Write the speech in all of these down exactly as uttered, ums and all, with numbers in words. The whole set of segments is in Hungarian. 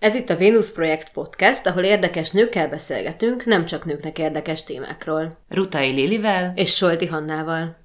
Ez itt a Vénusz Projekt Podcast, ahol érdekes nőkkel beszélgetünk, nem csak nőknek érdekes témákról. Rutai Lilivel és Solti Hannával.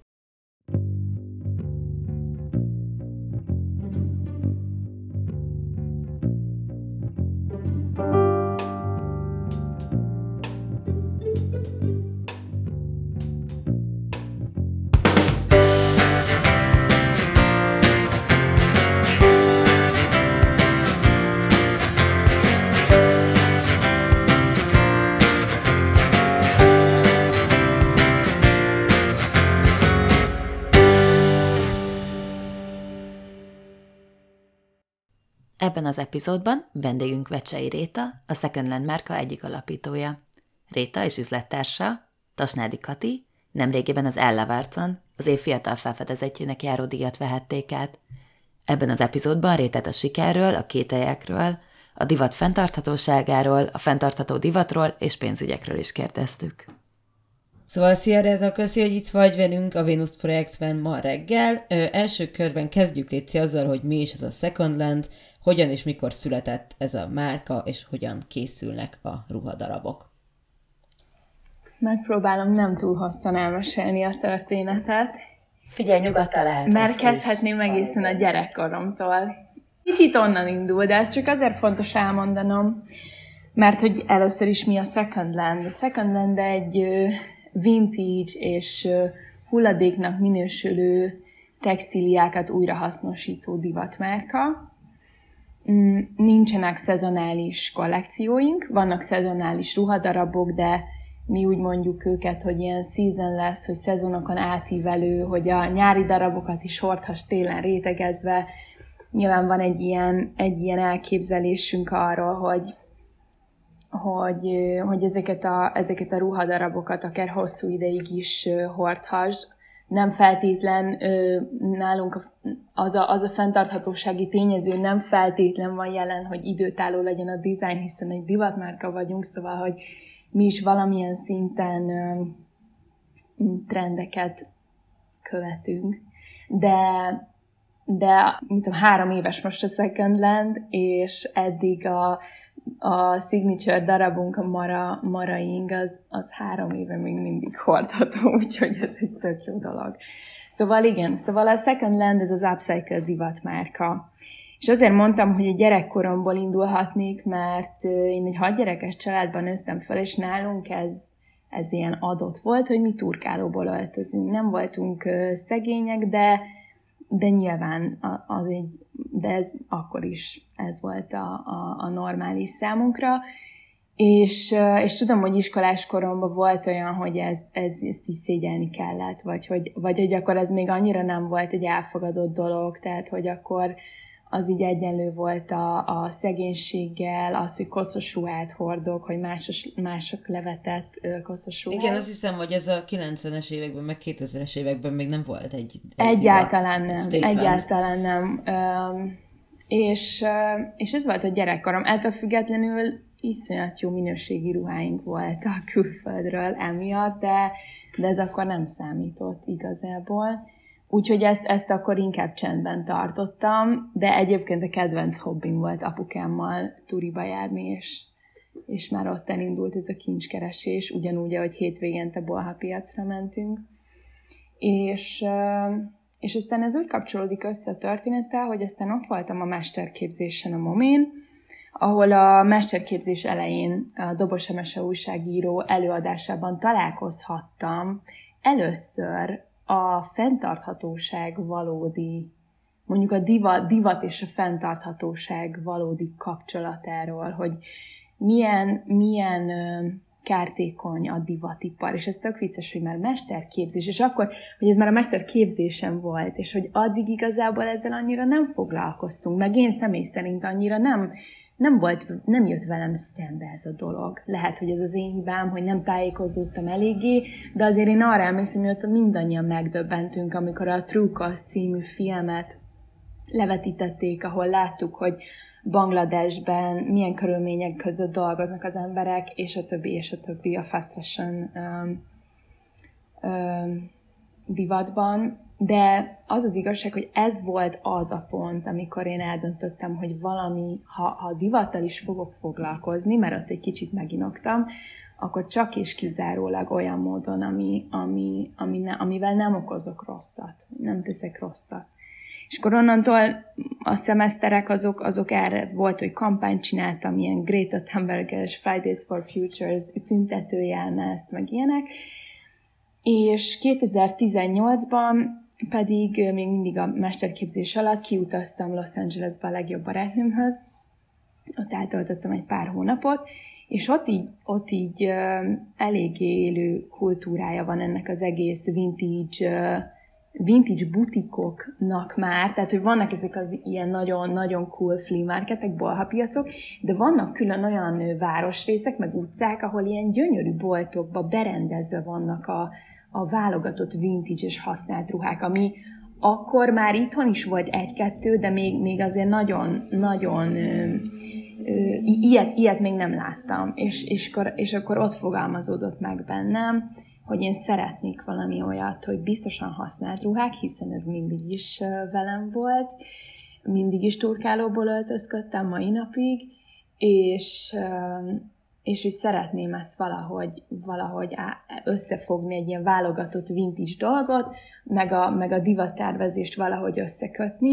Ebben az epizódban vendégünk Vecsei Réta, a Secondland márka egyik alapítója. Réta és üzlettársa, Tasnádi Kati, nemrégiben az Ella Várcon, az év fiatal felfedezettjének járó díjat vehették át. Ebben az epizódban Rétát a sikerről, a kételyekről, a divat fenntarthatóságáról, a fenntartható divatról és pénzügyekről is kérdeztük. Szóval szia Réta, köszi, hogy itt vagy velünk a Vénusz projektben ma reggel. Ö, első körben kezdjük létszi azzal, hogy mi is ez a Secondland, hogyan és mikor született ez a márka, és hogyan készülnek a ruhadarabok. Megpróbálom nem túl hosszan elmesélni a történetet. Figyelj, nyugodtan lehet. Mert kezdhetném egészen a gyerekkoromtól. Kicsit onnan indul, de ez csak azért fontos elmondanom, mert hogy először is mi a Secondland. A Secondland egy vintage és hulladéknak minősülő textíliákat újrahasznosító divatmárka. Nincsenek szezonális kollekcióink, vannak szezonális ruhadarabok, de mi úgy mondjuk őket, hogy ilyen season lesz, hogy szezonokon átívelő, hogy a nyári darabokat is hordhass télen rétegezve. Nyilván van egy ilyen, egy ilyen elképzelésünk arról, hogy hogy, hogy ezeket, a, ezeket a ruhadarabokat akár hosszú ideig is hordhass. Nem feltétlen nálunk az a, az a fenntarthatósági tényező nem feltétlen van jelen, hogy időtálló legyen a design, hiszen egy divatmárka vagyunk, szóval, hogy mi is valamilyen szinten trendeket követünk. De, de mit tudom, három éves most a Secondland, és eddig a A signature darabunk, a mara, maraing, az, az három éve még mindig hordható, úgyhogy ez egy tök jó dolog. Szóval igen, szóval a Secondland ez az upcycle divatmárka. És azért mondtam, hogy a gyerekkoromból indulhatnék, mert én egy hatgyerekes családban nőttem fel, és nálunk ez, ez ilyen adott volt, hogy mi turkálóból öltözünk. Nem voltunk szegények, de, de nyilván az egy de ez akkor is ez volt a, a, a normális számunkra, és, és tudom, hogy iskolás koromban volt olyan, hogy ez, ez, ezt is szégyelni kellett, vagy hogy, vagy hogy akkor ez még annyira nem volt egy elfogadott dolog, tehát hogy akkor az így egyenlő volt a, a szegénységgel, az, hogy koszos ruhát hordok, hogy másos, mások levetett koszos ruhát. Igen, azt hiszem, hogy ez a kilencvenes években, meg kétezres években még nem volt egy, egy Egyáltalán nem, statement. egyáltalán nem. Um, és, uh, és ez volt a gyerekkorom. Ettől függetlenül iszonyat jó minőségi ruháink voltak külföldről emiatt, de, de ez akkor nem számított igazából. Úgyhogy ezt, ezt akkor inkább csendben tartottam, de egyébként a kedvenc hobbim volt apukámmal turiba járni, és, és már ott elindult ez a kincskeresés, ugyanúgy, ahogy hétvégente bolhapiacra mentünk. És, és aztán ez úgy kapcsolódik össze a történettel, hogy aztán ott voltam a mesterképzésen a Momén, ahol a mesterképzés elején a Dobos Emese újságíró előadásában találkozhattam először a fenntarthatóság valódi, mondjuk a divat, divat és a fenntarthatóság valódi kapcsolatáról, hogy milyen, milyen ö, kártékony a divatipar, és ez tök vicces, hogy már mesterképzés, és akkor, hogy ez már a mesterképzésem volt, és hogy addig igazából ezzel annyira nem foglalkoztunk, meg én személy szerint annyira nem, nem volt, nem jött velem szembe ez a dolog. Lehet, hogy ez az én hibám, hogy nem tájékozódtam eléggé, de azért én arra emlékszem, hogy ott mindannyian megdöbbentünk, amikor a True Cost című filmet levetítették, ahol láttuk, hogy Bangladesben milyen körülmények között dolgoznak az emberek, és a többi, és a többi a fast fashion um, um, divatban, de az az igazság, hogy ez volt az a pont, amikor én eldöntöttem, hogy valami, ha, ha divattal is fogok foglalkozni, mert ott egy kicsit meginoktam, akkor csak és kizárólag olyan módon, ami, ami, ami ne, amivel nem okozok rosszat, nem teszek rosszat. És akkor onnantól a szemeszterek azok, azok erre volt, hogy kampányt csináltam, ilyen Greta Thunberg-es Fridays for Futures tüntetőjelmezt, meg ilyenek, és kétezer-tizennyolcban pedig még mindig a mesterképzés alatt kiutaztam Los Angelesbe a legjobb barátnőmhöz, ott eltöltöttem egy pár hónapot, és ott így, ott így uh, eléggé élő kultúrája van ennek az egész vintage, uh, vintage butikoknak már, tehát hogy vannak ezek az ilyen nagyon-nagyon cool flea marketek, bolhapiacok, de vannak külön olyan városrészek, meg utcák, ahol ilyen gyönyörű boltokba berendezve vannak a, a válogatott vintage és használt ruhák, ami akkor már itthon is volt egy-kettő, de még, még azért nagyon-nagyon ilyet, ilyet még nem láttam, és, és, akkor, és akkor ott fogalmazódott meg bennem, hogy én szeretnék valami olyat, hogy biztosan használt ruhák, hiszen ez mindig is velem volt, mindig is turkálóból öltözködtem mai napig, és, és hogy szeretném ezt valahogy, valahogy összefogni, egy ilyen válogatott vintage dolgot, meg a, meg a divattervezést valahogy összekötni,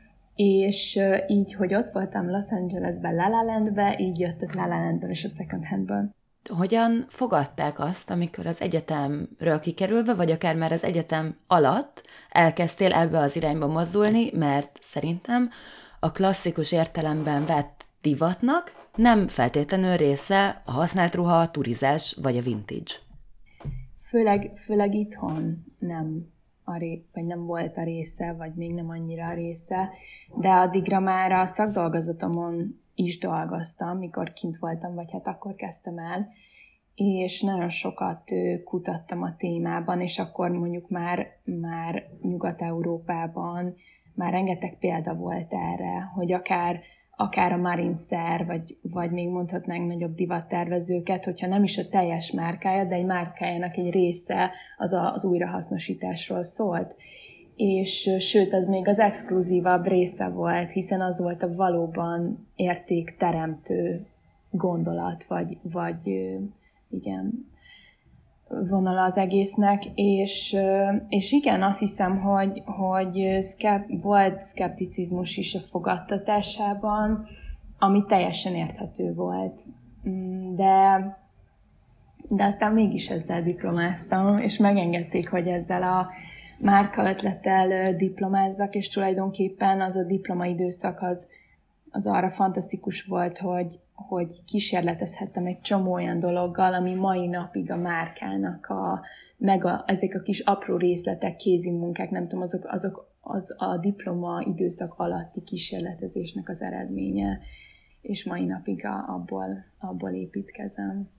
és így, hogy ott voltam Los Angelesben, La La Landbe, így jött a La La Landből és a Second Handből. Hogyan fogadták azt, amikor az egyetemről kikerülve, vagy akár már az egyetem alatt elkezdtél ebbe az irányba mozdulni, mert szerintem a klasszikus értelemben vett divatnak nem feltétlenül része a használt ruha, a turizás vagy a vintage. Főleg, főleg itthon nem, a ré, vagy nem volt a része, vagy még nem annyira a része, de addigra már a szakdolgozatomon is dolgoztam, mikor kint voltam, vagy hát akkor kezdtem el, és nagyon sokat kutattam a témában, és akkor mondjuk már, már Nyugat-Európában már rengeteg példa volt erre, hogy akár, akár a Marinszer, vagy, vagy még mondhatnánk nagyobb divattervezőket, hogyha nem is a teljes márkája, de egy márkájának egy része az a, az újrahasznosításról szólt. És sőt, az még az exkluzívabb része volt, hiszen az volt a valóban értékteremtő gondolat, vagy, vagy igen, vonala az egésznek, és, és igen, azt hiszem, hogy, hogy szkep, volt szkepticizmus is a fogadtatásában, ami teljesen érthető volt. De, de aztán mégis ezzel diplomáztam, és megengedték, hogy ezzel a márkaötlettel diplomázzak, és tulajdonképpen az a diplomaidőszak az, az arra fantasztikus volt, hogy, hogy kísérletezhettem egy csomó olyan dologgal, ami mai napig a márkának, a, meg a, ezek a kis apró részletek, kézi munkák, nem tudom, azok, azok az a diploma időszak alatti kísérletezésnek az eredménye, és mai napig a, abból, abból építkezem.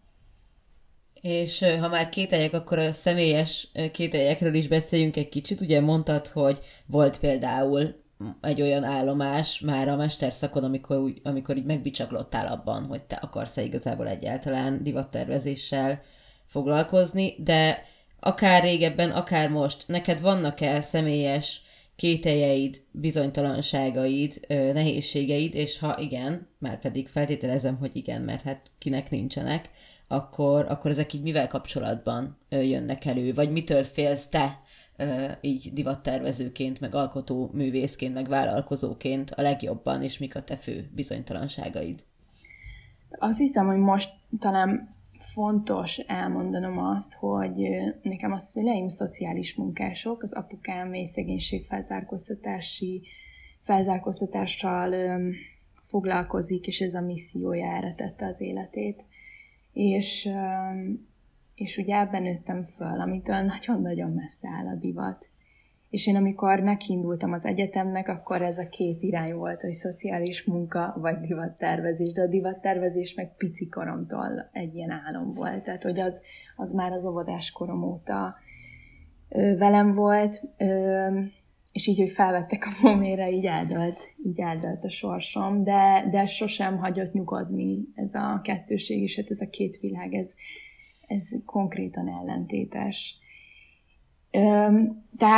És ha már kételyek, akkor a személyes kételyekről is beszéljünk egy kicsit. Ugye mondtad, hogy volt például egy olyan állomás már a mesterszakon, amikor, úgy, amikor így megbicsaklottál abban, hogy te akarsz-e igazából egyáltalán divattervezéssel foglalkozni, de akár régebben, akár most, neked vannak-e személyes kételjeid, bizonytalanságaid, nehézségeid, és ha igen, már pedig feltételezem, hogy igen, mert hát kinek nincsenek, akkor, akkor ezek így mivel kapcsolatban jönnek elő, vagy mitől félsz te így divattervezőként, meg alkotó művészként, meg vállalkozóként a legjobban, és mik a te fő bizonytalanságaid? Azt hiszem, hogy most talán fontos elmondanom azt, hogy nekem a szüleim szociális munkások, az apukám mély szegénység felzárkóztatási felzárkóztatással foglalkozik, és ez a missziója erre tette az életét. És, és ugye ebben nőttem föl, amitől nagyon-nagyon messze áll a divat. És én amikor nekiindultam az egyetemnek, akkor ez a két irány volt, hogy szociális munka vagy divattervezés, de a divattervezés meg pici koromtól egy ilyen álom volt. Tehát, hogy az, az már az óvodás korom óta ö, velem volt, ö, és így, hogy felvettek a momére, így eldölt, így eldölt a sorsom, de, de sosem hagyott nyugodni ez a kettőség, és hát ez a két világ, ez, ez konkrétan ellentétes. Ö, tehát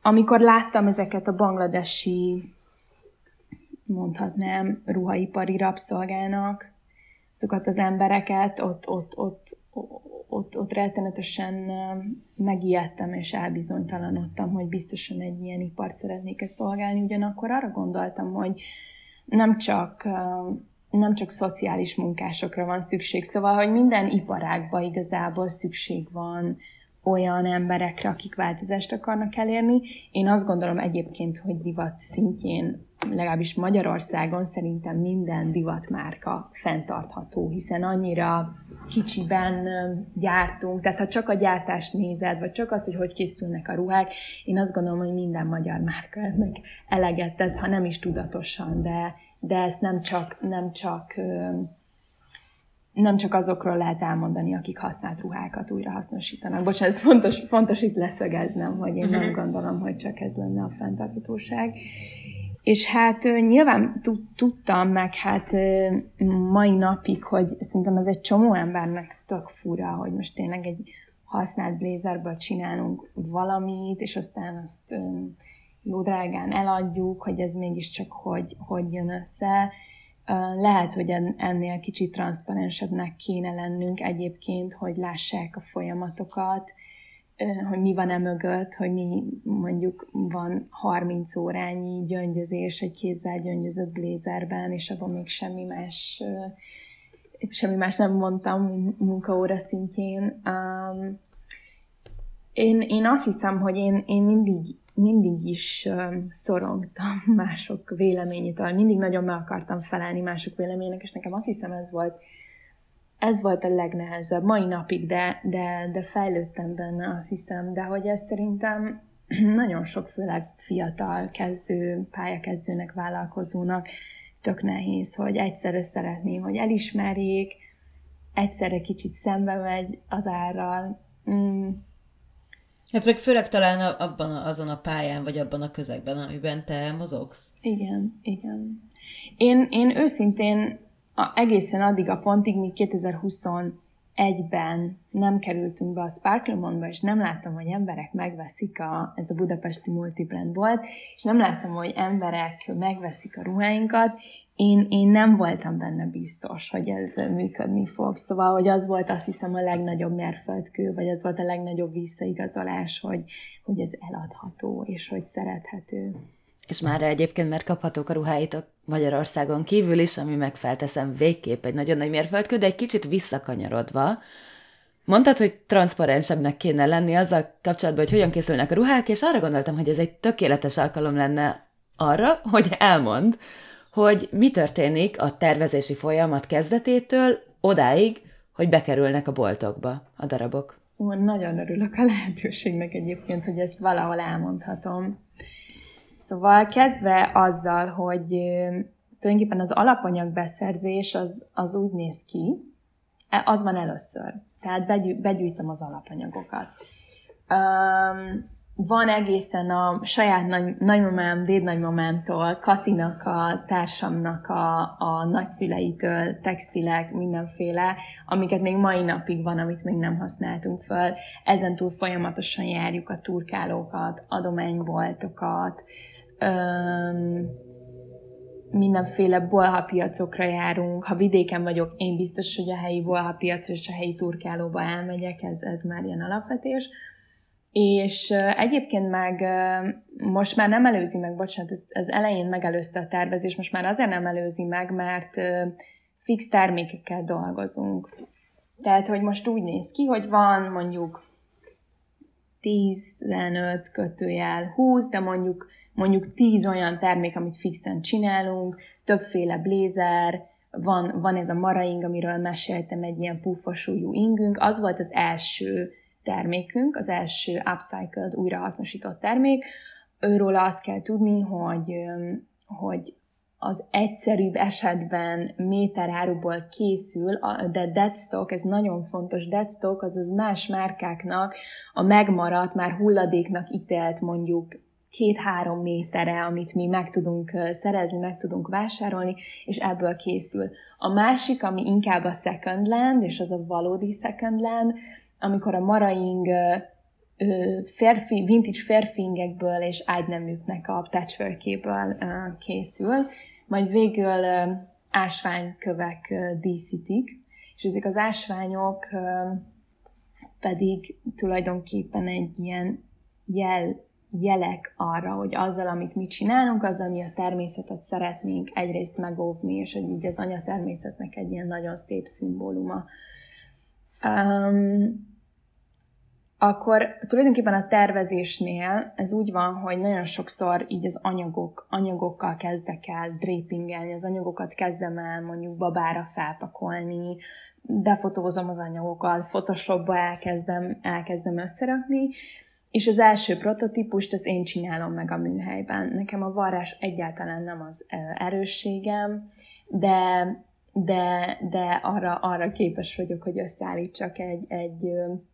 amikor láttam ezeket a bangladesi, mondhatnám, ruhaipari rabszolgának, azokat az embereket, ott, ott, ott, ott, ott rettenetesen megijedtem és elbizonytalanodtam, hogy biztosan egy ilyen ipart szeretnék-e szolgálni. Ugyanakkor arra gondoltam, hogy nem csak, nem csak szociális munkásokra van szükség, szóval, hogy minden iparágban igazából szükség van olyan emberekre, akik változást akarnak elérni. Én azt gondolom egyébként, hogy divat szintjén, legalábbis Magyarországon szerintem minden divatmárka fenntartható, hiszen annyira kicsiben gyártunk, tehát ha csak a gyártást nézed, vagy csak az, hogy hogy készülnek a ruhák, én azt gondolom, hogy minden magyar márka ennek eleget tesz, ha nem is tudatosan, de, de ezt nem csak, nem csak nem csak azokról lehet elmondani, akik használt ruhákat újra hasznosítanak. Bocsánat, ez fontos, fontos itt leszögeznem, hogy én nem gondolom, hogy csak ez lenne a fenntarthatóság. És hát nyilván tudtam, meg hát mai napig, hogy szerintem ez egy csomó embernek tök fura, hogy most tényleg egy használt blézerből csinálunk valamit, és aztán azt jó drágán eladjuk, hogy ez mégiscsak hogy, hogy jön össze. Lehet, hogy ennél kicsit transzparensebbnek kéne lennünk egyébként, hogy lássák a folyamatokat, hogy mi van e mögött, hogy mi mondjuk van harminc órányi gyöngyözés egy kézzel gyöngyözött blézerben, és abban még semmi más, semmi más nem mondtam munkaóra szintjén. Én, én azt hiszem, hogy én, én mindig mindig is um, szorongtam mások véleményétől, mindig nagyon meg akartam felelni mások véleményének, és nekem azt hiszem, ez volt, ez volt a legnehezebb mai napig, de, de, de fejlődtem benne, azt hiszem, de hogy ez szerintem nagyon sok, főleg fiatal kezdő, pályakezdőnek, vállalkozónak tök nehéz, hogy egyszerre szeretné, hogy elismerjék, egyszerre kicsit szembe megy az árral. Mm. Hát meg főleg talán abban a, azon a pályán, vagy abban a közegben, amiben te mozogsz. Igen, igen. Én, én őszintén a, egészen addig a pontig, míg kétezer-huszonegyben nem kerültünk be a Sparklemondba, és nem láttam, hogy emberek megveszik, a, ez a budapesti multibrand volt, és nem láttam, hogy emberek megveszik a ruháinkat, Én, én nem voltam benne biztos, hogy ez működni fog. Szóval, hogy az volt, azt hiszem, a legnagyobb mérföldkő, vagy az volt a legnagyobb visszaigazolás, hogy, hogy ez eladható, és hogy szerethető. És már egyébként már kaphatók a ruháitok Magyarországon kívül is, ami megfelteszem végképp egy nagyon nagy mérföldkő, de egy kicsit visszakanyarodva. Mondtad, hogy transzparensebbnek kéne lenni azzal kapcsolatban, hogy hogyan készülnek a ruhák, és arra gondoltam, hogy ez egy tökéletes alkalom lenne arra, hogy elmond, hogy mi történik a tervezési folyamat kezdetétől odáig, hogy bekerülnek a boltokba a darabok. Ó, nagyon örülök a lehetőségnek egyébként, hogy ezt valahol elmondhatom. Szóval kezdve azzal, hogy tulajdonképpen az alapanyagbeszerzés az, az úgy néz ki, az van először. Tehát begyű, begyűjtöm az alapanyagokat. Um, Van egészen a saját nagy, nagymamám, dédnagymamámtól, Katinak, a társamnak, a, a nagyszüleitől textilek, mindenféle, amiket még mai napig van, amit még nem használtunk föl. Ezentúl folyamatosan járjuk a turkálókat, adományboltokat, öm, mindenféle bolhapiacokra járunk. Ha vidéken vagyok, én biztos, hogy a helyi bolhapiacra és a helyi turkálóba elmegyek, ez, ez már ilyen alapvetés. És uh, egyébként meg uh, most már nem előzi meg, bocsánat, ez, ez elején megelőzte a tervezés, most már azért nem előzi meg, mert uh, fix termékekkel dolgozunk. Tehát, hogy most úgy néz ki, hogy van mondjuk tizenöt kötőjel húsz, de mondjuk, mondjuk tíz olyan termék, amit fixen csinálunk, többféle blézer, van, van ez a maraing, amiről meséltem, egy ilyen puffosúlyú ingünk, az volt az első termékünk, az első upcycled, újrahasznosított termék. Őről azt kell tudni, hogy, hogy az egyszerűbb esetben méteráruból készül, de deadstock, ez nagyon fontos, deadstock, azaz más márkáknak a megmaradt, már hulladéknak ítélt mondjuk két-három méterre, amit mi meg tudunk szerezni, meg tudunk vásárolni, és ebből készül. A másik, ami inkább a second land, és az a valódi second land, amikor a maraing férfi, vintage férfingekből és ágyneműknek a patchworkéből készül, majd végül ásványkövek díszítik, és ezek az ásványok pedig tulajdonképpen egy ilyen jel, jelek arra, hogy azzal, amit mi csinálunk, azzal mi a természetet szeretnénk egyrészt megóvni, és hogy így az anyatermészetnek egy ilyen nagyon szép szimbóluma. Um, akkor tulajdonképpen a tervezésnél ez úgy van, hogy nagyon sokszor így az anyagok, anyagokkal kezdek el drapingelni, az anyagokat kezdem el mondjuk babára felpakolni, befotózom az anyagokat, Photoshopba elkezdem, elkezdem összerakni, és az első prototípust az én csinálom meg a műhelyben. Nekem a varrás egyáltalán nem az erősségem, de, de, de arra, arra képes vagyok, hogy összeállítsak egy, egy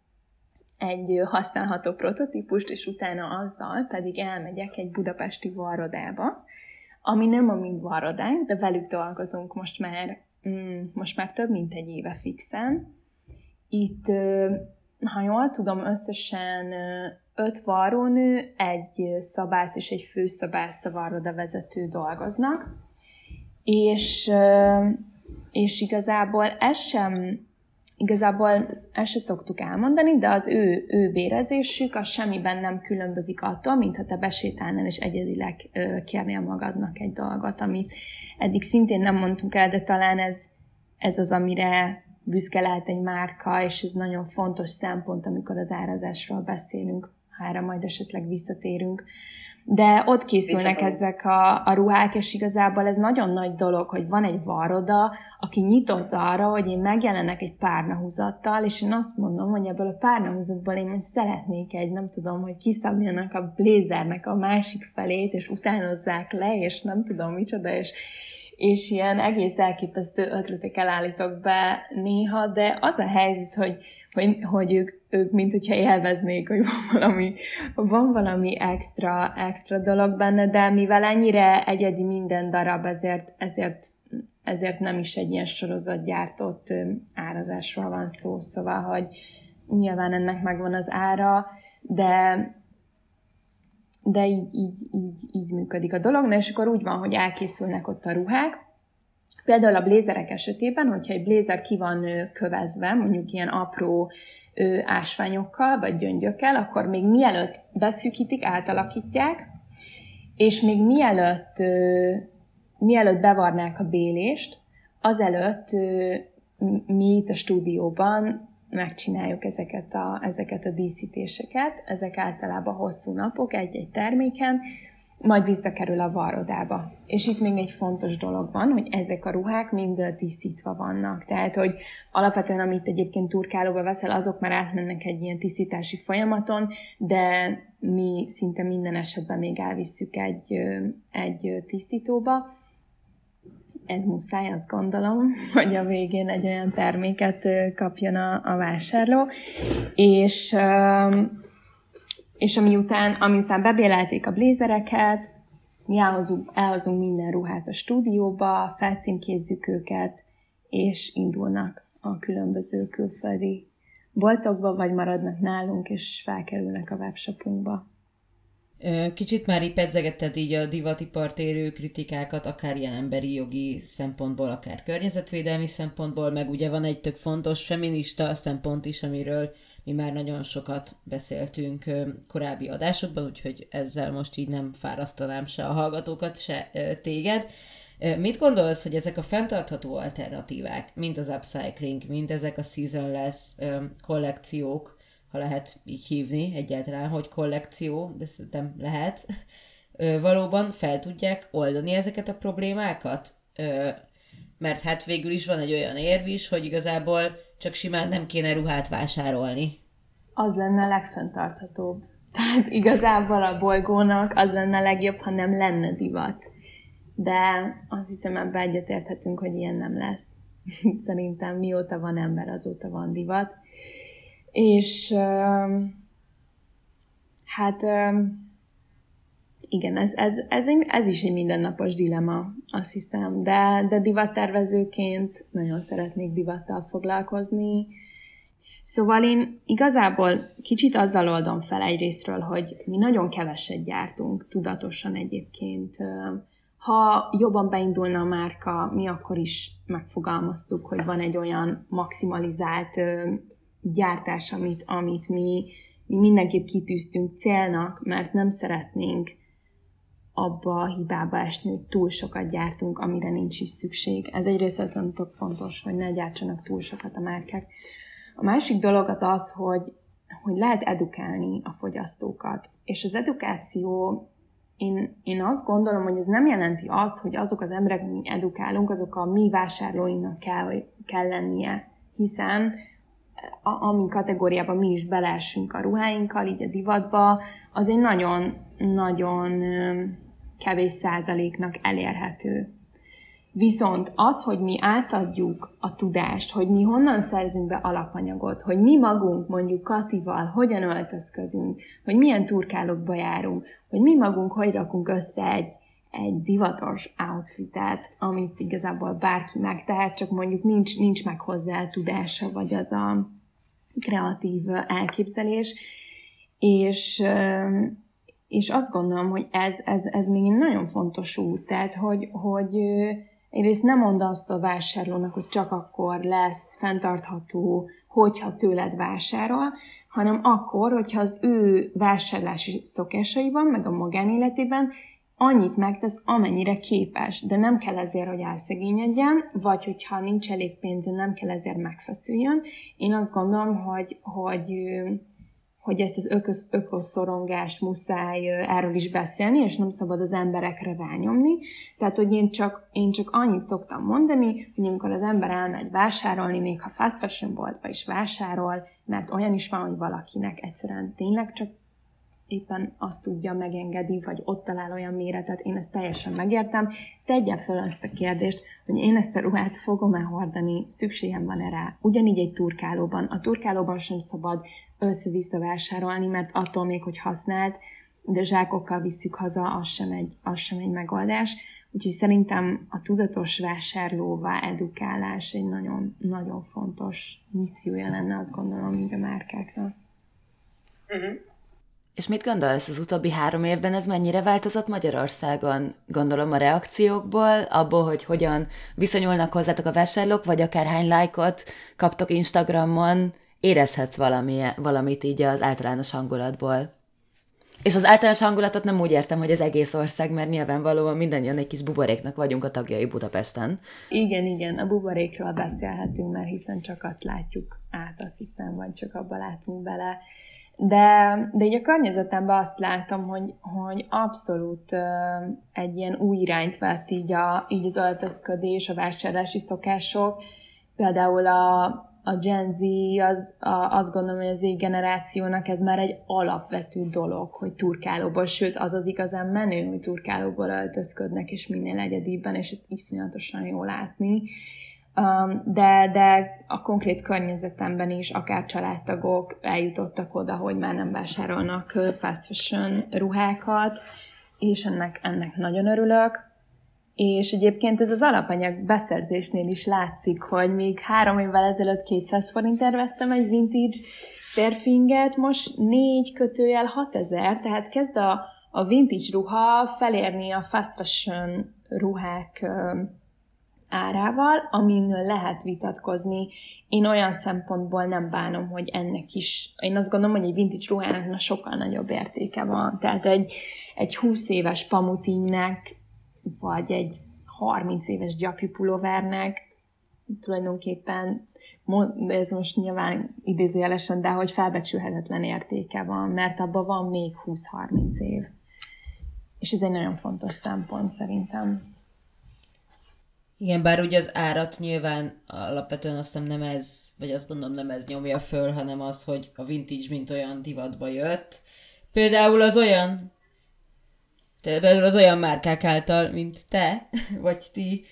egy használható prototípust, és utána azzal pedig elmegyek egy budapesti varrodába, ami nem a mi varrodánk, de velük dolgozunk most már, mm, most már több mint egy éve fixen. Itt, ha jól tudom, összesen öt varrónő, egy szabász és egy főszabász a varroda vezető dolgoznak, és, és igazából ez sem Igazából ezt se szoktuk elmondani, de az ő, ő bérezésük az semmiben nem különbözik attól, mintha te besétálnál és egyedileg kérnél magadnak egy dolgot, amit eddig szintén nem mondtunk el, de talán ez, ez az, amire büszke lehet egy márka, és ez nagyon fontos szempont, amikor az árazásról beszélünk, ha erre majd esetleg visszatérünk. De ott készülnek ezek a, a ruhák, és igazából ez nagyon nagy dolog, hogy van egy varroda, aki nyitott arra, hogy én megjelenek egy párnahúzattal, és én azt mondom, hogy ebből a párnahúzatból én most szeretnék egy, nem tudom, hogy kiszabjanak a blézernek a másik felét, és utánozzák le, és nem tudom micsoda, és, és ilyen egész elképesztő ötletek elállítok be néha, de az a helyzet, hogy, hogy, hogy ők, ők mint hogyha élveznék, hogy van valami, van valami extra, extra dolog benne, de mivel ennyire egyedi minden darab, ezért, ezért, ezért nem is egy ilyen sorozatgyártott árazásról van szó, szóval, hogy nyilván ennek megvan az ára, de, de így, így, így, így működik a dolog, na és akkor úgy van, hogy elkészülnek ott a ruhák. Például a blézerek esetében, hogyha egy blézer ki van kövezve, mondjuk ilyen apró ásványokkal, vagy gyöngyökkel, akkor még mielőtt beszűkítik, átalakítják, és még mielőtt, mielőtt bevarnák a bélést, azelőtt mi itt a stúdióban megcsináljuk ezeket a, ezeket a díszítéseket, ezek általában hosszú napok egy-egy terméken, majd visszakerül a varrodába. És itt még egy fontos dolog van, hogy ezek a ruhák mind tisztítva vannak. Tehát, hogy alapvetően, amit egyébként turkálóba veszel, azok már átmennek egy ilyen tisztítási folyamaton, de mi szinte minden esetben még elvisszük egy, egy tisztítóba. Ez muszáj, azt gondolom, hogy a végén egy olyan terméket kapjon a, a vásárló. És... És amiután, amiután bebélelték a blézereket, mi elhozunk, elhozunk minden ruhát a stúdióba, felcímkézzük őket, és indulnak a különböző külföldi boltokba, vagy maradnak nálunk, és felkerülnek a webshopunkba. Kicsit már így pedzegetted így a divatipart érő kritikákat, akár ilyen emberi jogi szempontból, akár környezetvédelmi szempontból, meg ugye van egy tök fontos feminista szempont is, amiről mi már nagyon sokat beszéltünk korábbi adásokban, úgyhogy ezzel most így nem fárasztanám se a hallgatókat, se téged. Mit gondolsz, hogy ezek a fenntartható alternatívák, mint az upcycling, mint ezek a seasonless kollekciók, ha lehet így hívni egyáltalán, hogy kollekció, de szerintem lehet, valóban fel tudják oldani ezeket a problémákat? Mert hát végül is van egy olyan érv is, hogy igazából csak simán nem kéne ruhát vásárolni. Az lenne a legfenntarthatóbb. Tehát igazából a bolygónak az lenne a legjobb, ha nem lenne divat. De azt hiszem, ebben egyetérthetünk, hogy ilyen nem lesz. Szerintem mióta van ember, azóta van divat. És hát igen, ez, ez, ez, ez is egy mindennapos dilema, azt hiszem. De, de divattervezőként nagyon szeretnék divattal foglalkozni. Szóval én igazából kicsit azzal oldom fel egyrésztről, hogy mi nagyon keveset gyártunk, tudatosan egyébként. Ha jobban beindulna a márka, mi akkor is megfogalmaztuk, hogy van egy olyan maximalizált gyártás, amit, amit mi, mi mindenképp kitűztünk célnak, mert nem szeretnénk abba a hibába esni, hogy túl sokat gyártunk, amire nincs is szükség. Ez egyrészt szerintem tök fontos, hogy ne gyártsanak túl sokat a márkák. A másik dolog az az, hogy, hogy lehet edukálni a fogyasztókat. És az edukáció, én, én azt gondolom, hogy ez nem jelenti azt, hogy azok az emberek, mi edukálunk, azok a mi vásárlóinknak kell, kell lennie. Hiszen a, a mi kategóriában mi is beleessünk a ruháinkkal, így a divatba, az egy nagyon, nagyon kevés százaléknak elérhető. Viszont az, hogy mi átadjuk a tudást, hogy mi honnan szerzünk be alapanyagot, hogy mi magunk mondjuk Katival hogyan öltözködünk, hogy milyen turkálókba járunk, hogy mi magunk hogy rakunk össze egy, egy divatos outfitet, amit igazából bárki megtehet, csak mondjuk nincs, nincs meg hozzá a tudása, vagy az a kreatív elképzelés. És, és azt gondolom, hogy ez, ez, ez még egy nagyon fontos út, tehát hogy, hogy egyrészt nem mondd azt a vásárlónak, hogy csak akkor lesz fenntartható, hogyha tőled vásárol, hanem akkor, hogyha az ő vásárlási szokásaiban, meg a magánéletében annyit megtesz, amennyire képes, de nem kell ezért, hogy elszegényedjen, vagy hogyha nincs elég pénze, nem kell ezért megfeszüljön. Én azt gondolom, hogy, hogy, hogy ezt az ökös, ökoszorongást muszáj erről is beszélni, és nem szabad az emberekre rányomni. Tehát, hogy én csak, én csak annyit szoktam mondani, hogy amikor az ember elmegy vásárolni, még ha fast fashion boltba is vásárol, mert olyan is van, hogy valakinek egyszerűen tényleg csak éppen azt tudja, megengedi, vagy ott talál olyan méretet, én ezt teljesen megértem. Tegye fel azt a kérdést, hogy én ezt a ruhát fogom-e hordani, szükségem van-e rá. Ugyanígy egy turkálóban. A turkálóban sem szabad össze-vissza vásárolni, mert attól még, hogy használt, de zsákokkal visszük haza, az sem egy, az sem egy megoldás. Úgyhogy szerintem a tudatos vásárlóvá edukálás egy nagyon, nagyon fontos missziója lenne, azt gondolom, így a márkáknak. Uh-huh. És mit gondolsz, az utóbbi három évben ez mennyire változott Magyarországon? Gondolom a reakciókból, abból, hogy hogyan viszonyulnak hozzátok a vásárlók, vagy akár hány lájkot kaptok Instagramon, érezhetsz valami, valamit így az általános hangulatból. És az általános hangulatot nem úgy értem, hogy az egész ország, mert nyilvánvalóan mindannyian egy kis buboréknak vagyunk a tagjai Budapesten. Igen, igen, a buborékról beszélhetünk, mert hiszen csak azt látjuk át, azt hiszem, vagy csak abba látunk bele. De, de így a környezetemben azt látom, hogy, hogy abszolút uh, egy ilyen új irányt vett így, a, így az öltözködés, a vásárlási szokások. Például a, a Gen Z, az, a, azt gondolom, hogy az Z generációnak ez már egy alapvető dolog, hogy turkálóból, sőt az az igazán menő, hogy turkálóból öltözködnek, és minél egyedibben, és ezt iszonyatosan jó látni. De, de a konkrét környezetemben is akár családtagok eljutottak oda, hogy már nem vásárolnak fast fashion ruhákat, és ennek, ennek nagyon örülök. És egyébként ez az alapanyag beszerzésnél is látszik, hogy még három évvel ezelőtt kétszáz forintért vettem egy vintage férfinget, most négy kötőjel hatezer, tehát kezd a, a vintage ruha felérni a fast fashion ruhák árával, aminől lehet vitatkozni. Én olyan szempontból nem bánom, hogy ennek is, én azt gondolom, hogy egy vintage ruhának sokkal nagyobb értéke van. Tehát egy, egy húsz éves pamutinnek, vagy egy harminc éves gyapjupulóvernek tulajdonképpen, ez most nyilván idézőjelesen, de hogy felbecsülhetetlen értéke van, mert abban van még húsz-harminc év. És ez egy nagyon fontos szempont szerintem. Igen, bár ugye az árat nyilván alapvetően azt hiszem nem ez, vagy azt gondolom nem ez nyomja föl, hanem az, hogy a vintage mint olyan divatba jött. Például az olyan, például az olyan márkák által, mint te, vagy ti,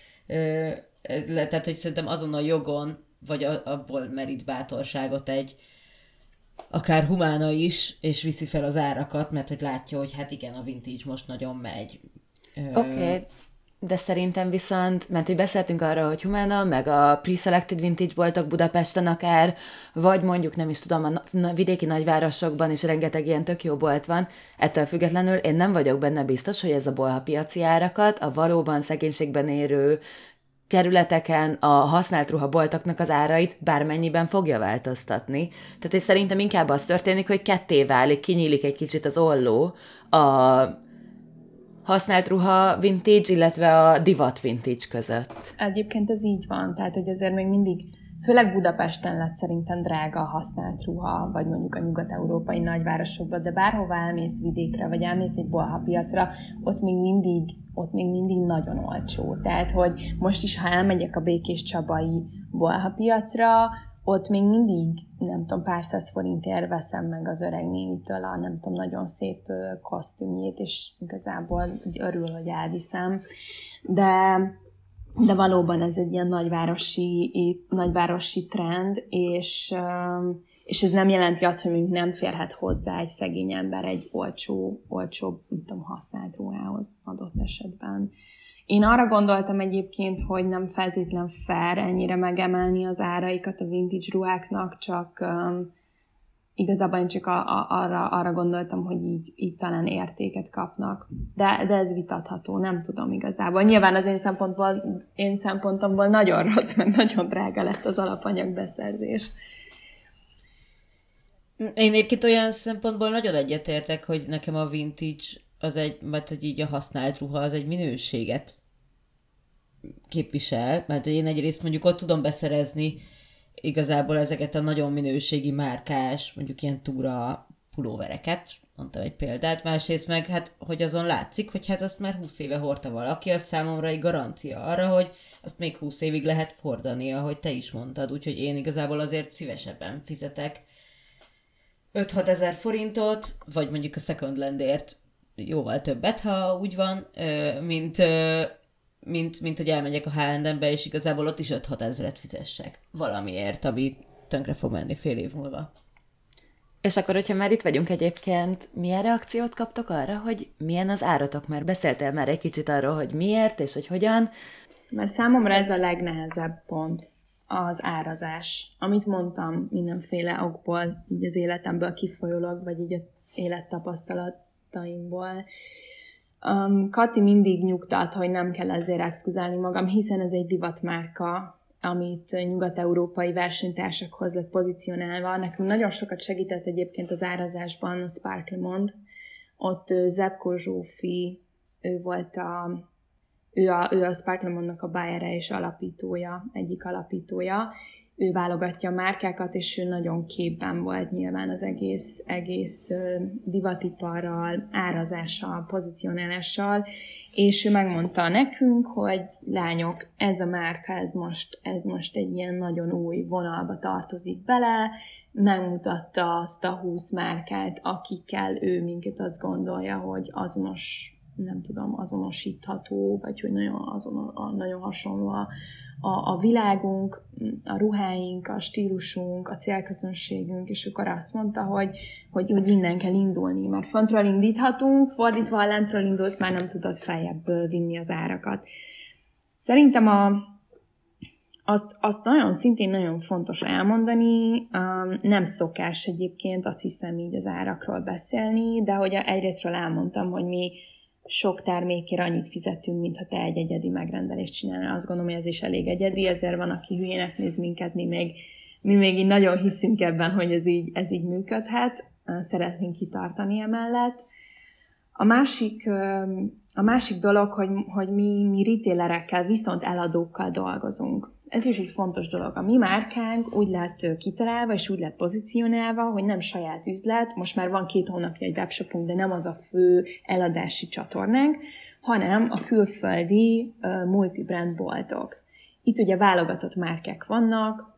tehát hogy szerintem azon a jogon, vagy abból merít bátorságot egy akár Humana is, és viszi fel az árakat, mert hogy látja, hogy hát igen, a vintage most nagyon megy. Oké. Okay. De szerintem viszont, mert hogy beszéltünk arra, hogy Humana, meg a pre-selected vintage boltok Budapesten akár, vagy mondjuk nem is tudom, a na- vidéki nagyvárosokban is rengeteg ilyen tök jó bolt van, ettől függetlenül én nem vagyok benne biztos, hogy ez a bolha piaci árakat a valóban szegénységben érő kerületeken a használt ruhaboltoknak az árait bármennyiben fogja változtatni. Tehát, hogy szerintem inkább az történik, hogy ketté válik, kinyílik egy kicsit az olló a használt ruha vintage, illetve a divat vintage között. Egyébként ez így van, tehát hogy azért még mindig, főleg Budapesten lett szerintem drága a használt ruha, vagy mondjuk a nyugat-európai nagyvárosokban, de bárhova elmész vidékre, vagy elmész egy bolhapiacra, ott még mindig, ott még mindig nagyon olcsó. Tehát, hogy most is, ha elmegyek a Békés Csabai bolhapiacra, ott még mindig, nem tudom, pár száz forintért veszem meg az öreg nénitől a, nem tudom, nagyon szép kosztümjét, és igazából örül, hogy elviszem. De, de valóban ez egy ilyen nagyvárosi, nagyvárosi trend, és, és ez nem jelenti azt, hogy mondjuk nem férhet hozzá egy szegény ember egy olcsó, olcsó, nem tudom, használt ruhához adott esetben. Én arra gondoltam egyébként, hogy nem feltétlen fair ennyire megemelni az áraikat a vintage ruháknak, csak um, igazából én csak a, a, arra, arra gondoltam, hogy így, így talán értéket kapnak. De, de ez vitatható, nem tudom igazából. Nyilván az én szempontból, én szempontomból nagyon rossz, mert nagyon drága lett az alapanyagbeszerzés. Én egyébként olyan szempontból nagyon egyetértek, hogy nekem a vintage az egy, mert hogy így a használt ruha az egy minőséget képvisel, mert én egyrészt mondjuk ott tudom beszerezni igazából ezeket a nagyon minőségi márkás, mondjuk ilyen túra pulóvereket, mondtam egy példát, másrészt meg hát, hogy azon látszik, hogy hát azt már húsz éve hordta valaki, az számomra egy garancia arra, hogy azt még húsz évig lehet hordani, ahogy te is mondtad, úgyhogy én igazából azért szívesebben fizetek öt-hat ezer forintot, vagy mondjuk a secondlandért jóval többet, ha úgy van, mint, mint, mint hogy elmegyek a há és em-be, és igazából ott is öt-hat ezret fizessek valamiért, ami tönkre fog menni fél év múlva. És akkor, hogyha már itt vagyunk egyébként, milyen reakciót kaptok arra, hogy milyen az áratok? Mert beszéltél már egy kicsit arról, hogy miért és hogy hogyan. Mert számomra ez a legnehezebb pont, az árazás. Amit mondtam mindenféle okból, így az életemből kifolyólag, vagy így az élettapasztalataimból. Um, Kati mindig nyugtat, hogy nem kell ezért exkuzálni magam, hiszen ez egy divatmárka, amit nyugat-európai versenytársakhoz lett pozícionálva. Nekünk nagyon sokat segített egyébként az árazásban a Sparklemont. Ott Zepko Zsófi, ő volt a, ő a, ő a Sparklemontnak a buyere és alapítója, egyik alapítója. Ő válogatja a márkákat, és ő nagyon képben volt nyilván az egész, egész divatiparral, árazással, pozícionálással, és ő megmondta nekünk, hogy lányok, ez a márka, ez most, ez most egy ilyen nagyon új vonalba tartozik bele, megmutatta azt a húsz márkát, akikkel ő minket azt gondolja, hogy azonos, nem tudom, azonosítható, vagy hogy nagyon, azon, nagyon hasonló a A, a világunk, a ruháink, a stílusunk, a célközönségünk, és akkor azt mondta, hogy, hogy, hogy innen kell indulni, mert föntről indíthatunk, fordítva, ha lentről indulsz, már nem tudod feljebb vinni az árakat. Szerintem a, azt, azt nagyon, szintén nagyon fontos elmondani, nem szokás egyébként, azt hiszem így az árakról beszélni, de hogy egyrésztről elmondtam, hogy mi sok termékért annyit fizetünk, mintha te egy egyedi megrendelést csinálnál. Azt gondolom, hogy ez is elég egyedi, ezért van, aki hülyének néz minket, mi még, mi még így nagyon hiszünk ebben, hogy ez így, ez így működhet. Szeretnénk kitartani emellett. A másik, a másik dolog, hogy, hogy mi, mi retailerekkel, viszont eladókkal dolgozunk. Ez is egy fontos dolog. A mi márkánk úgy lett kitalálva, és úgy lett pozícionálva, hogy nem saját üzlet, most már van két hónapja egy webshopunk, de nem az a fő eladási csatornánk, hanem a külföldi uh, multibrand boltok. Itt ugye válogatott márkák vannak,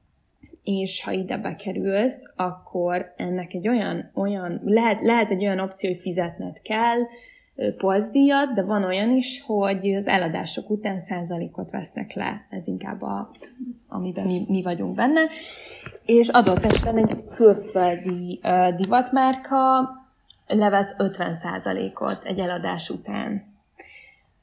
és ha ide bekerülsz, akkor ennek egy olyan, olyan lehet, lehet egy olyan opció, hogy fizetned kell, polcdíjat, de van olyan is, hogy az eladások után százalékot vesznek le, ez inkább a, amiben mi, mi vagyunk benne, és adott esetben egy külföldi uh, divatmárka levesz ötven százalékot egy eladás után.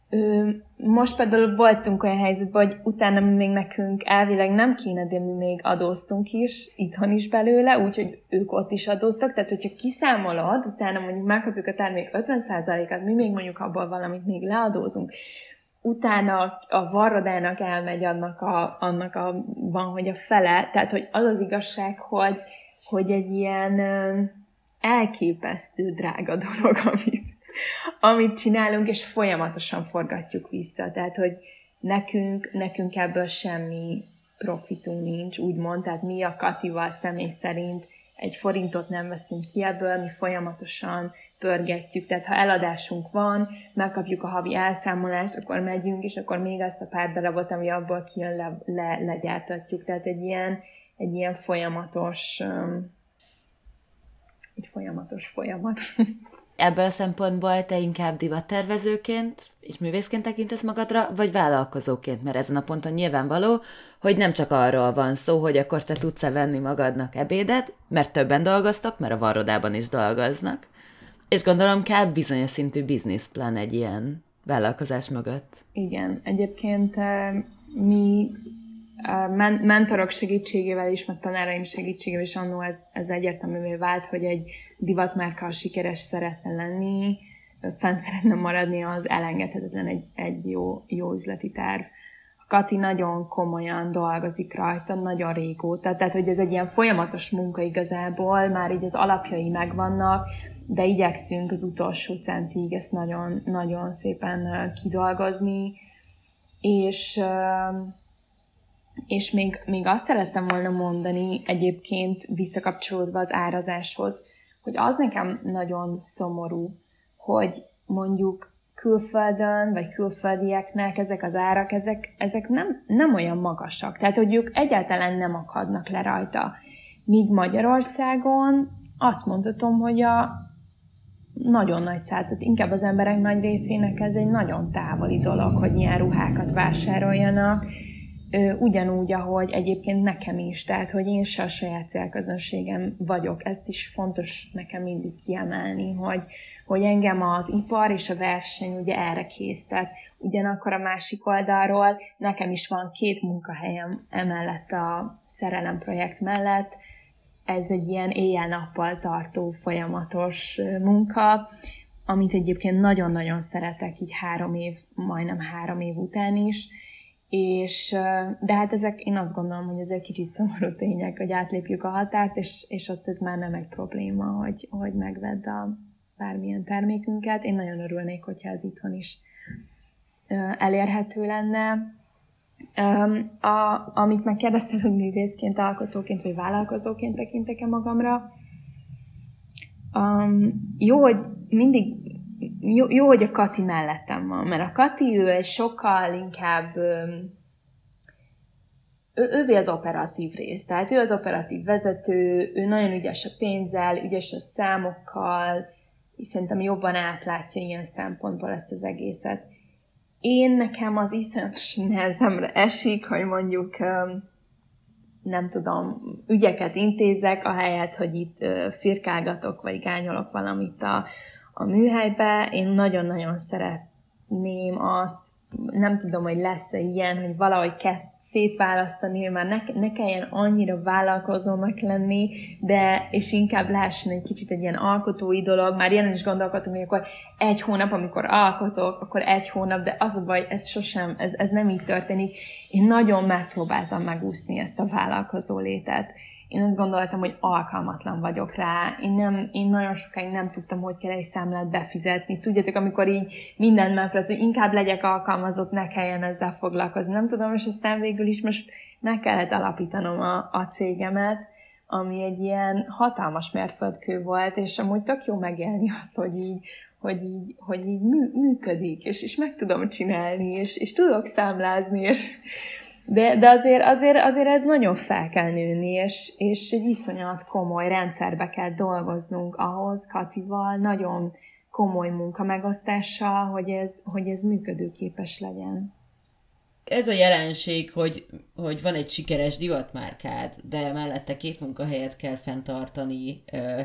Ö, most például voltunk olyan helyzetben, hogy utána még nekünk elvileg nem kéne, de mi még adóztunk is, itthon is belőle, úgyhogy ők ott is adóztak, tehát hogyha kiszámolod, utána mondjuk megkapjuk a termék ötven százalékát, mi még mondjuk abból valamit még leadózunk, utána a varrodának elmegy annak a, annak a, van, hogy a fele, tehát hogy az az igazság, hogy, hogy egy ilyen elképesztő drága dolog, amit, amit csinálunk, és folyamatosan forgatjuk vissza. Tehát, hogy nekünk, nekünk ebből semmi profitunk nincs, úgymond, tehát mi a Katival személy szerint egy forintot nem veszünk ki ebből, mi folyamatosan pörgetjük, tehát ha eladásunk van, megkapjuk a havi elszámolást, akkor megyünk, és akkor még azt a pár darabot, ami abból kijön, le, le, legyártatjuk. Tehát egy ilyen, egy ilyen folyamatos, um, egy folyamatos folyamat. Ebből a szempontból te inkább divattervezőként és művészként tekintesz magadra, vagy vállalkozóként? Mert ezen a ponton nyilvánvaló, hogy nem csak arról van szó, hogy akkor te tudsz-e venni magadnak ebédet, mert többen dolgoztok, mert a varrodában is dolgoznak, és gondolom kell bizonyos szintű bizniszplan egy ilyen vállalkozás mögött. Igen, egyébként mi mentorok segítségével is, meg tanáraim segítségével is annó ez, ez egyértelművé vált, hogy egy divatmárka, ha sikeres szeretne lenni, fenn szeretne maradni, az elengedhetetlen egy, egy jó, jó üzleti terv. A Kati nagyon komolyan dolgozik rajta, nagyon régóta, tehát hogy ez egy ilyen folyamatos munka igazából, már így az alapjai megvannak, de igyekszünk az utolsó centig ezt nagyon, nagyon szépen kidolgozni, és És még, még azt szerettem volna mondani, egyébként visszakapcsolódva az árazáshoz, hogy az nekem nagyon szomorú, hogy mondjuk külföldön, vagy külföldieknek ezek az árak, ezek, ezek nem, nem olyan magasak. Tehát, hogy ők egyáltalán nem akadnak le rajta. Míg Magyarországon azt mondhatom, hogy a nagyon nagy szállt, tehát inkább az emberek nagy részének ez egy nagyon távoli dolog, hogy ilyen ruhákat vásároljanak, ugyanúgy, ahogy egyébként nekem is, tehát, hogy én se a saját célközönségem vagyok. Ezt is fontos nekem mindig kiemelni, hogy, hogy engem az ipar és a verseny ugye erre késztet. Ugyanakkor a másik oldalról nekem is van két munkahelyem emellett a Szerelem projekt mellett. Ez egy ilyen éjjel-nappal tartó folyamatos munka, amit egyébként nagyon-nagyon szeretek így három év, majdnem három év után is. És, de hát ezek, én azt gondolom, hogy ez egy kicsit szomorú tények, hogy átlépjük a határt, és, és ott ez már nem egy probléma, hogy, hogy megvedd a bármilyen termékünket. Én nagyon örülnék, hogyha ez itthon is elérhető lenne. A, amit megkérdeztél, hogy művészként, alkotóként vagy vállalkozóként tekintek-e magamra, um, jó, hogy mindig Jó, jó, hogy a Kati mellettem van, mert a Kati, ő egy sokkal inkább, ő, ővé az operatív rész, tehát ő az operatív vezető, ő nagyon ügyes a pénzzel, ügyes a számokkal, és szerintem jobban átlátja ilyen szempontból ezt az egészet. Én nekem az iszonyatosan nehezemre esik, hogy mondjuk, nem tudom, ügyeket intézek, ahelyett, hogy itt firkálgatok, vagy gányolok valamit a a műhelybe. Én nagyon-nagyon szeretném azt, nem tudom, hogy lesz-e ilyen, hogy valahogy kell szétválasztani, hogy már ne, ne kelljen annyira vállalkozónak lenni, de és inkább lehessen egy kicsit egy ilyen alkotói dolog. Már ilyen is gondolkodtunk, hogy akkor egy hónap, amikor alkotok, akkor egy hónap, de az a baj, ez sosem, ez, ez nem így történik. Én nagyon megpróbáltam megúszni ezt a vállalkozó létet. Én azt gondoltam, hogy alkalmatlan vagyok rá. Én, nem, én nagyon sokáig nem tudtam, hogy kell egy számlát befizetni. Tudjátok, amikor így mindent megpróbálsz, hogy inkább legyek alkalmazott, ne kelljen ezzel foglalkozni. Nem tudom, és aztán végül is most meg kellett alapítanom a, a cégemet, ami egy ilyen hatalmas mérföldkő volt, és amúgy tök jó megélni azt, hogy így, hogy így, hogy így mű, működik, és, és meg tudom csinálni, és, és tudok számlázni, és... De, de azért, azért, azért ez nagyon fel kell nőni, és, és egy iszonyat komoly rendszerbe kell dolgoznunk ahhoz, Katival, nagyon komoly munkamegosztással, hogy ez, hogy ez működőképes legyen. Ez a jelenség, hogy, hogy van egy sikeres divatmárkád, de mellette két munkahelyet kell fenntartani,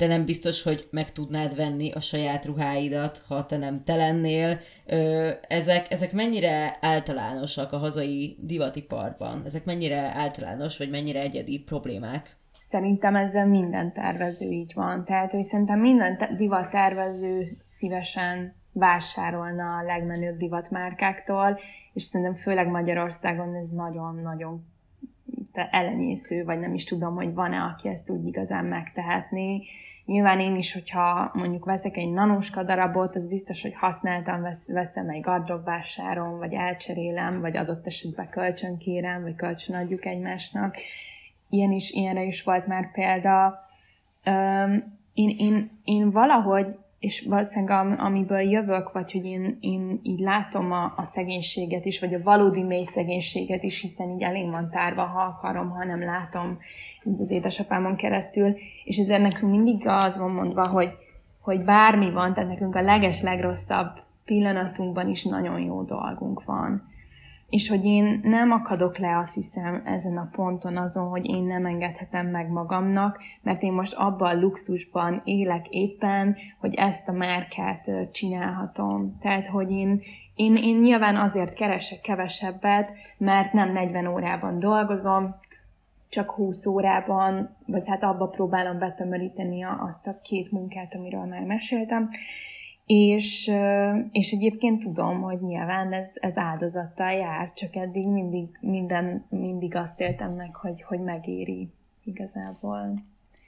te nem biztos, hogy meg tudnád venni a saját ruháidat, ha te nem te lennél. Ö, ezek, ezek mennyire általánosak a hazai divatiparban? Ezek mennyire általános, vagy mennyire egyedi problémák? Szerintem ezzel minden tervező így van. Tehát, hogy szerintem minden te- divat tervező szívesen vásárolna a legmenőbb divatmárkáktól, és szerintem főleg Magyarországon ez nagyon-nagyon elenyésző, vagy nem is tudom, hogy van-e, aki ezt úgy igazán megtehetné. Nyilván én is, hogyha mondjuk veszek egy nanóska darabot, az biztos, hogy használtam, vesz, veszem egy gardróbvásáron, vagy elcserélem, vagy adott esetben kölcsönkérem, vagy kölcsönadjuk egymásnak. Ilyen is, ilyenre is volt már példa. Üm, én, én, én valahogy, és valószínűleg am, amiből jövök, vagy hogy én, én így látom a, a szegénységet is, vagy a valódi mély szegénységet is, hiszen így elég van tárva, ha akarom, ha nem látom így az édesapámon keresztül, és ezért nekünk mindig az van mondva, hogy, hogy bármi van, tehát nekünk a leges legrosszabb pillanatunkban is nagyon jó dolgunk van. És hogy én nem akadok le, azt hiszem, ezen a ponton azon, hogy én nem engedhetem meg magamnak, mert én most abban a luxusban élek éppen, hogy ezt a márkát csinálhatom. Tehát, hogy én, én, én nyilván azért keresek kevesebbet, mert nem negyven órában dolgozom, csak húsz órában, vagy hát abba próbálom betömöríteni azt a két munkát, amiről már meséltem. És, és egyébként tudom, hogy nyilván ez, ez áldozattal jár, csak eddig mindig, minden, mindig azt éltem meg, hogy, hogy megéri igazából.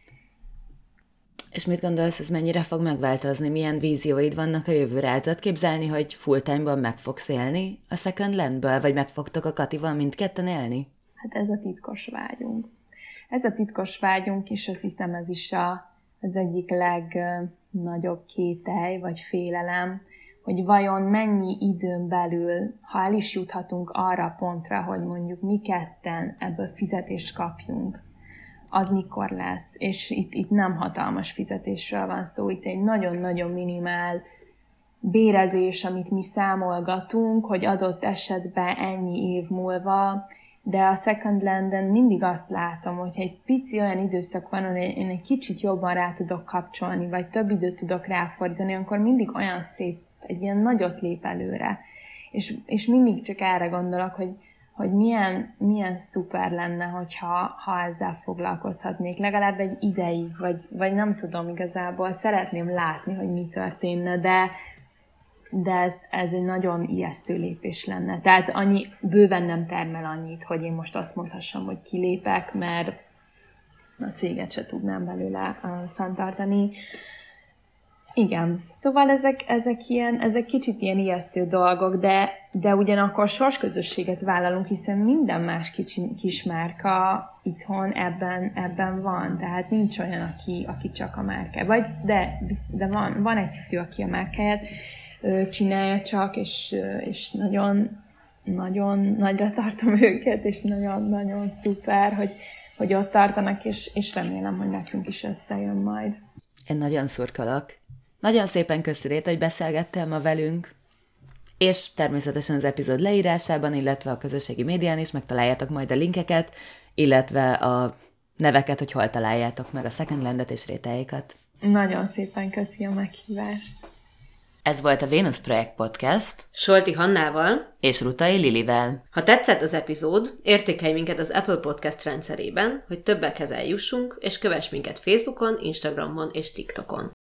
És mit gondolsz, ez mennyire fog megváltozni? Milyen vízióid vannak a jövőre? El tudod képzelni, hogy full-time-ban meg fogsz élni a Second Landből, vagy meg fogtok a Katival mindketten élni? Hát ez a titkos vágyunk. Ez a titkos vágyunk, és azt hiszem ez is a, az egyik legnagyobb kételj, vagy félelem, hogy vajon mennyi időn belül, ha el is juthatunk arra a pontra, hogy mondjuk mi ketten ebből fizetést kapjunk, az mikor lesz. És itt, itt nem hatalmas fizetésről van szó, itt egy nagyon-nagyon minimál bérezés, amit mi számolgatunk, hogy adott esetben ennyi év múlva, de a Second Landen mindig azt látom, hogyha egy pici olyan időszak van, hogy én egy kicsit jobban rá tudok kapcsolni, vagy több időt tudok ráfordítani, akkor mindig olyan szép, egy ilyen nagyot lép előre. És, és mindig csak erre gondolok, hogy, hogy milyen, milyen szuper lenne, hogyha ha ezzel foglalkozhatnék, legalább egy ideig, vagy, vagy nem tudom igazából, szeretném látni, hogy mi történne, de de ez, ez egy nagyon ijesztő lépés lenne. Tehát annyi, bőven nem termel annyit, hogy én most azt mondhassam, hogy kilépek, mert a céget se tudnám belőle uh, fenntartani. Igen, szóval ezek, ezek, ilyen, ezek kicsit ilyen ijesztő dolgok, de, de ugyanakkor sorsközösséget vállalunk, hiszen minden más kicsi, kismárka itthon ebben, ebben van. Tehát nincs olyan, aki, aki csak a márka. Vagy, de, de van, van egy-kettő, aki a márkáját csinálja csak, és, és nagyon, nagyon nagyra tartom őket, és nagyon-nagyon szuper, hogy, hogy ott tartanak, és, és remélem, hogy nekünk is összejön majd. Én nagyon szurkolok. Nagyon szépen köszi, Réta, hogy beszélgettél ma velünk, és természetesen az epizód leírásában, illetve a közösségi médián is megtaláljátok majd a linkeket, illetve a neveket, hogy hol találjátok meg a Second Landet és Rétáikat. Nagyon szépen köszi a meghívást. Ez volt a Vénusz Projekt Podcast Solti Hannával és Rutai Lilivel. Ha tetszett az epizód, értékelj minket az Apple Podcast rendszerében, hogy többekhez eljussunk, és kövess minket Facebookon, Instagramon és TikTokon.